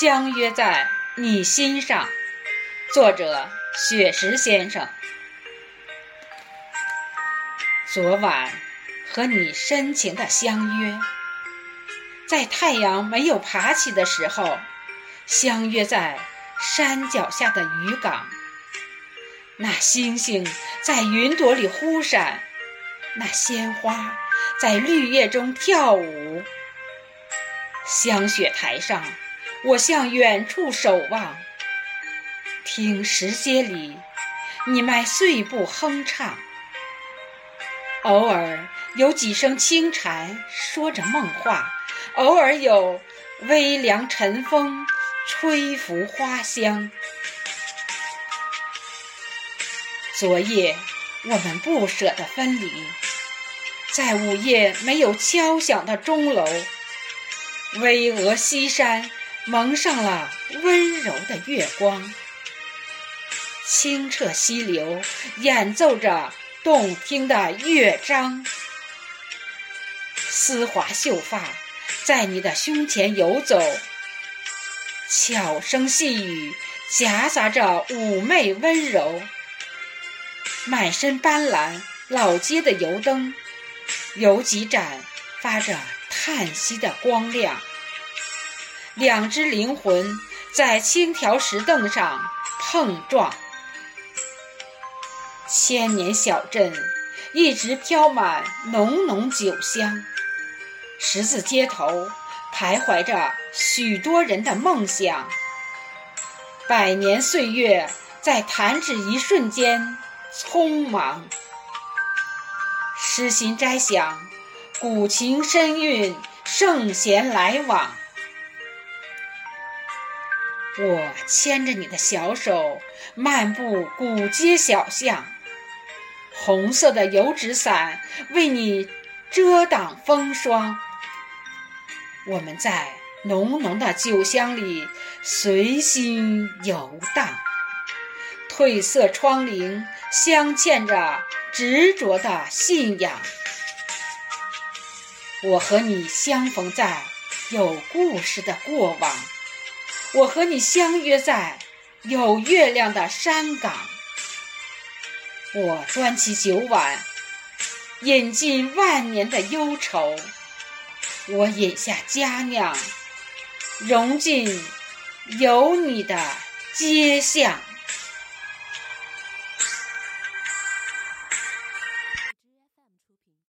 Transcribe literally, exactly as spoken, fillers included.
相约在你心上。作者雪石先生。昨晚和你深情的相约，在太阳没有爬起的时候，相约在山脚下的渔港。那星星在云朵里忽闪，那鲜花在绿叶中跳舞。香雪台上，我向远处守望，听石阶里你迈碎步哼唱。偶尔有几声轻蝉说着梦话，偶尔有微凉晨风吹拂花香。昨夜我们不舍得分离，在午夜没有敲响的钟楼，巍峨西山蒙上了温柔的月光，清澈溪流演奏着动听的乐章。丝滑秀发在你的胸前游走，悄声细语夹杂着妩媚温柔。满身斑斓老街的油灯，有几盏发着叹息的光亮。两只灵魂在青条石凳上碰撞。千年小镇一直飘满浓浓酒香，十字街头徘徊着许多人的梦想。百年岁月在弹指一瞬间匆忙。诗心斋想，古琴深韵，圣贤来往。我牵着你的小手，漫步古街小巷，红色的油纸伞为你遮挡风霜。我们在浓浓的酒香里随心游荡，褪色窗棂镶嵌着执着的信仰。我和你相逢在有故事的过往，我和你相约在有月亮的山岗。我端起酒碗，饮尽万年的忧愁，我饮下佳酿，融进有你的街巷。